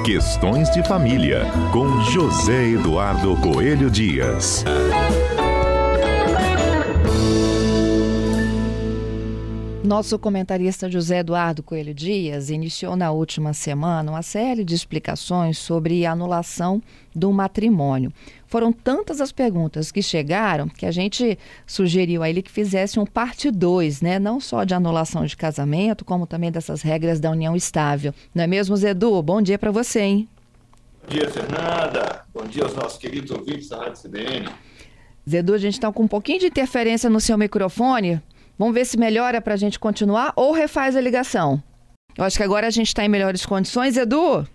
Questões de Família, com José Eduardo Coelho Dias. Nosso comentarista José Eduardo Coelho Dias iniciou na última semana uma série de explicações sobre a anulação do matrimônio. Foram tantas as perguntas que chegaram que a gente sugeriu a ele que fizesse um parte 2, né? Não só de anulação de casamento, como também dessas regras da união estável. Não é mesmo, Zedu? Bom dia para você, hein? Bom dia, Fernanda. Bom dia aos nossos queridos ouvintes da Rádio CBN. Zedu, a gente está com um pouquinho de interferência no seu microfone. Vamos ver se melhora para a gente continuar ou refaz a ligação. Eu acho que agora a gente está em melhores condições, Edu.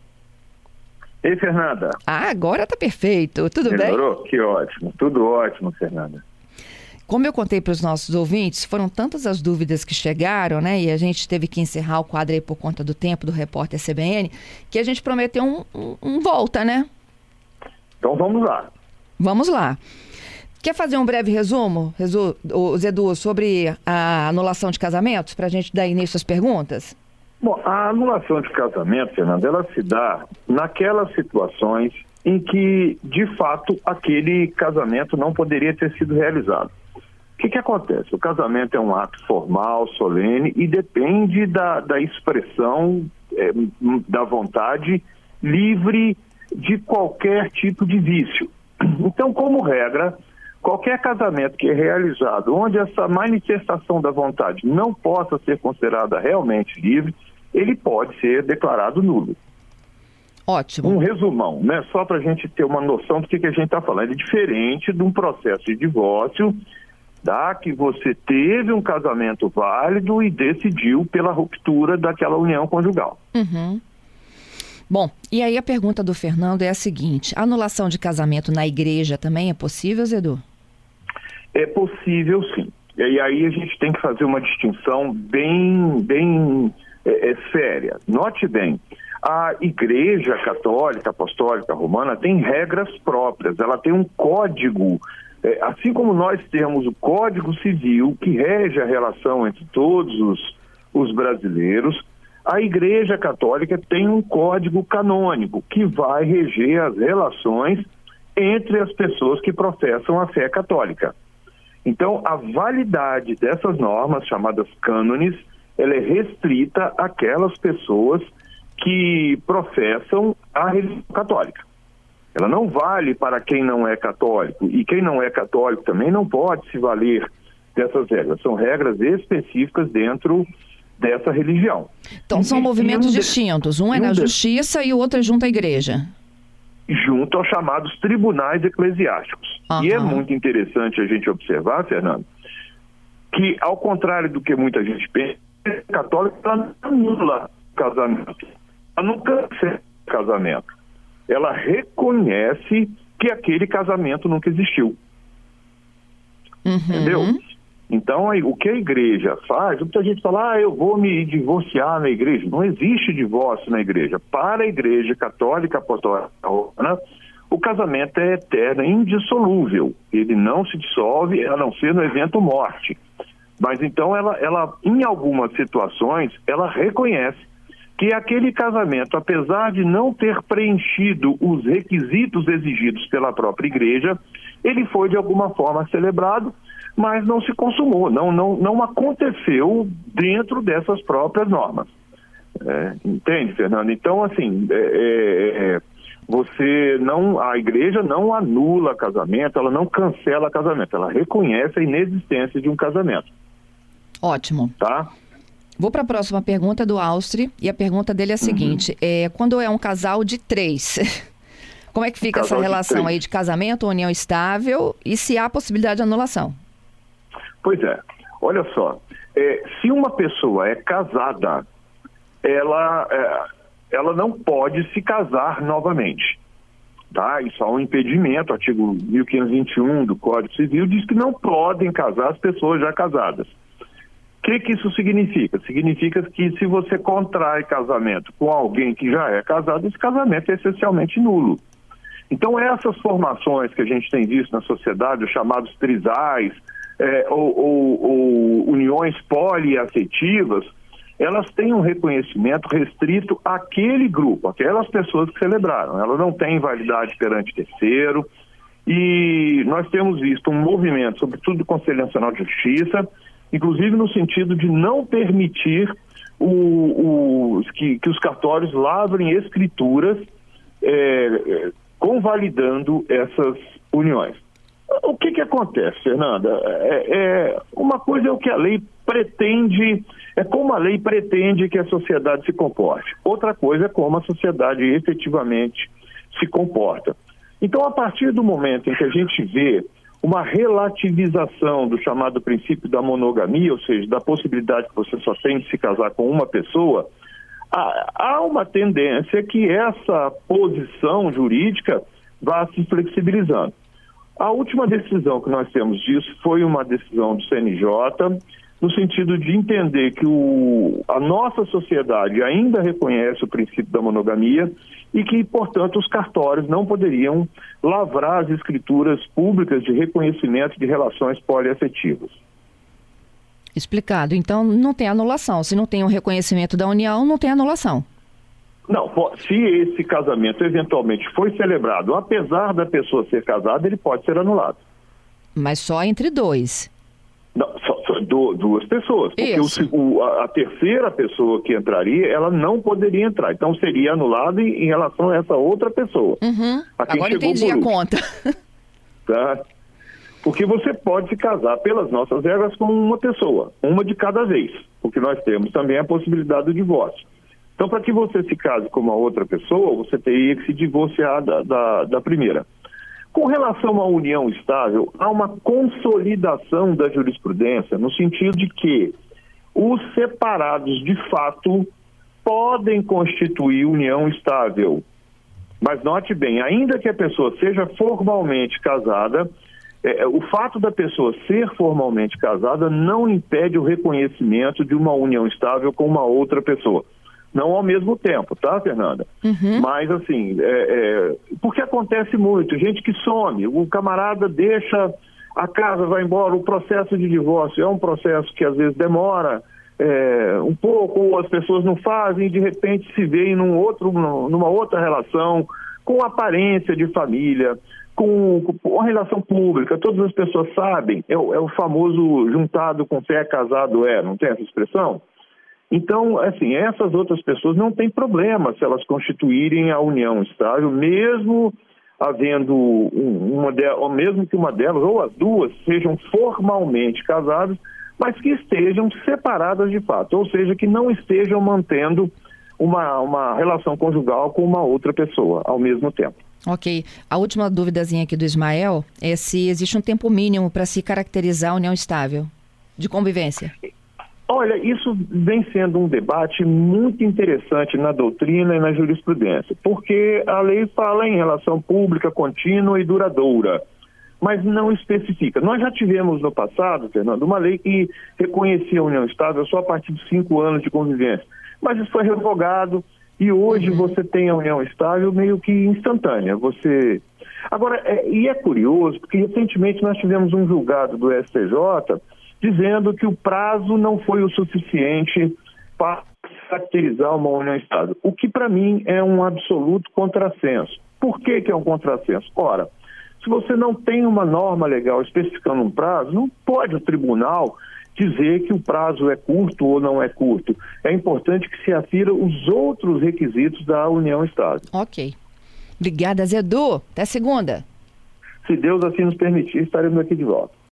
Ei, Fernanda. Agora tá perfeito. Tudo bem? Melhorou? Que ótimo. Tudo ótimo, Fernanda. Como eu contei para os nossos ouvintes, foram tantas as dúvidas que chegaram, né? E a gente teve que encerrar o quadro aí por conta do tempo do repórter CBN, que a gente prometeu um volta, né? Então vamos lá. Vamos lá. Quer fazer um breve resumo, Zedu, sobre a anulação de casamentos, para a gente dar início às perguntas? Bom, a anulação de casamento, Fernanda, ela se dá naquelas situações em que, de fato, aquele casamento não poderia ter sido realizado. O que acontece? O casamento é um ato formal, solene, e depende da expressão da vontade livre de qualquer tipo de vício. Então, como regra, qualquer casamento que é realizado onde essa manifestação da vontade não possa ser considerada realmente livre, ele pode ser declarado nulo. Ótimo. Um resumão, né? Só para a gente ter uma noção do que a gente está falando. É diferente de um processo de divórcio, tá? Que você teve um casamento válido e decidiu pela ruptura daquela união conjugal. Uhum. Bom, e aí a pergunta do Fernando é a seguinte: a anulação de casamento na igreja também é possível, Zedu? É possível, sim. E aí a gente tem que fazer uma distinção bem séria. Note bem, a Igreja Católica, Apostólica, Romana tem regras próprias, ela tem um código, assim como nós temos o Código Civil, que rege a relação entre todos os brasileiros. A Igreja Católica tem um código canônico que vai reger as relações entre as pessoas que professam a fé católica. Então, a validade dessas normas, chamadas cânones, ela é restrita àquelas pessoas que professam a religião católica. Ela não vale para quem não é católico, e quem não é católico também não pode se valer dessas regras. São regras específicas dentro dessa religião. Então são movimentos distintos, um é na justiça e o outro é junto à igreja. Junto aos chamados tribunais eclesiásticos. Uhum. E é muito interessante a gente observar, Fernando, que ao contrário do que muita gente pensa, a católica ela não anula o casamento, ela não cancela o casamento, ela reconhece que aquele casamento nunca existiu. Uhum. Entendeu? Então, aí, o que a igreja faz, muita gente fala, eu vou me divorciar na igreja. Não existe divórcio na igreja. Para a Igreja Católica Apostólica Romana, o casamento é eterno, indissolúvel. Ele não se dissolve, a não ser no evento morte. Mas então, ela em algumas situações, ela reconhece que aquele casamento, apesar de não ter preenchido os requisitos exigidos pela própria igreja, ele foi de alguma forma celebrado, mas não se consumou, não aconteceu dentro dessas próprias normas. Entende, Fernando? Então, assim, a igreja não anula casamento, ela não cancela casamento, ela reconhece a inexistência de um casamento. Ótimo. Tá? Vou para a próxima pergunta do Austri, e a pergunta dele é a seguinte: quando é um casal de 3, como é que fica essa relação aí de casamento, união estável, e se há possibilidade de anulação? Pois é, olha só, se uma pessoa é casada, ela não pode se casar novamente, tá? Isso há um impedimento, artigo 1521 do Código Civil diz que não podem casar as pessoas já casadas. O que isso significa? Significa que se você contrai casamento com alguém que já é casado, esse casamento é essencialmente nulo. Então essas formações que a gente tem visto na sociedade, os chamados trisais, ou uniões poliafetivas, elas têm um reconhecimento restrito àquele grupo, aquelas pessoas que celebraram. Elas não têm validade perante terceiro. E nós temos visto um movimento, sobretudo do Conselho Nacional de Justiça, inclusive no sentido de não permitir que os cartórios lavrem escrituras convalidando essas uniões. O que acontece, Fernanda? Uma coisa é o que a lei pretende, é como a lei pretende que a sociedade se comporte. Outra coisa é como a sociedade efetivamente se comporta. Então, a partir do momento em que a gente vê uma relativização do chamado princípio da monogamia, ou seja, da possibilidade que você só tem de se casar com uma pessoa, há uma tendência que essa posição jurídica vá se flexibilizando. A última decisão que nós temos disso foi uma decisão do CNJ, no sentido de entender que a nossa sociedade ainda reconhece o princípio da monogamia e que, portanto, os cartórios não poderiam lavrar as escrituras públicas de reconhecimento de relações poliafetivas. Explicado. Então, não tem anulação. Se não tem o reconhecimento da união, não tem anulação. Não, se esse casamento eventualmente foi celebrado, apesar da pessoa ser casada, ele pode ser anulado. Mas só entre dois. Não, só duas pessoas, porque a terceira pessoa que entraria, ela não poderia entrar, então seria anulado em relação a essa outra pessoa. Agora entendi a conta. Tá? Porque você pode se casar pelas nossas regras com uma pessoa, uma de cada vez, porque nós temos também a possibilidade do divórcio. Então, para que você se case com uma outra pessoa, você teria que se divorciar da primeira. Com relação à união estável, há uma consolidação da jurisprudência no sentido de que os separados, de fato, podem constituir união estável. Mas note bem, ainda que a pessoa seja formalmente casada, o fato da pessoa ser formalmente casada não impede o reconhecimento de uma união estável com uma outra pessoa. Não ao mesmo tempo, tá, Fernanda? Mas, assim, porque acontece muito, gente que some, o camarada deixa a casa, vai embora, o processo de divórcio é um processo que às vezes demora um pouco, ou as pessoas não fazem, de repente se veem numa outra relação, com aparência de família, com uma relação pública, todas as pessoas sabem, é o famoso juntado com fé, casado não tem essa expressão? Então, assim, essas outras pessoas não têm problema se elas constituírem a união estável, mesmo havendo mesmo que uma delas ou as duas sejam formalmente casadas, mas que estejam separadas de fato, ou seja, que não estejam mantendo uma relação conjugal com uma outra pessoa ao mesmo tempo. Ok. A última duvidazinha aqui do Ismael é se existe um tempo mínimo para se caracterizar a união estável de convivência. Olha, isso vem sendo um debate muito interessante na doutrina e na jurisprudência, porque a lei fala em relação pública, contínua e duradoura, mas não especifica. Nós já tivemos no passado, Fernando, uma lei que reconhecia a união estável só a partir de 5 anos de convivência, mas isso foi revogado e hoje você tem a união estável meio que instantânea. Agora, é curioso, porque recentemente nós tivemos um julgado do STJ dizendo que o prazo não foi o suficiente para caracterizar uma união estável, o que para mim é um absoluto contrassenso. Por que é um contrassenso? Ora, se você não tem uma norma legal especificando um prazo, não pode o tribunal dizer que o prazo é curto ou não é curto. É importante que se afira os outros requisitos da união estável. Ok. Obrigada, Zedu. Até segunda. Se Deus assim nos permitir, estaremos aqui de volta.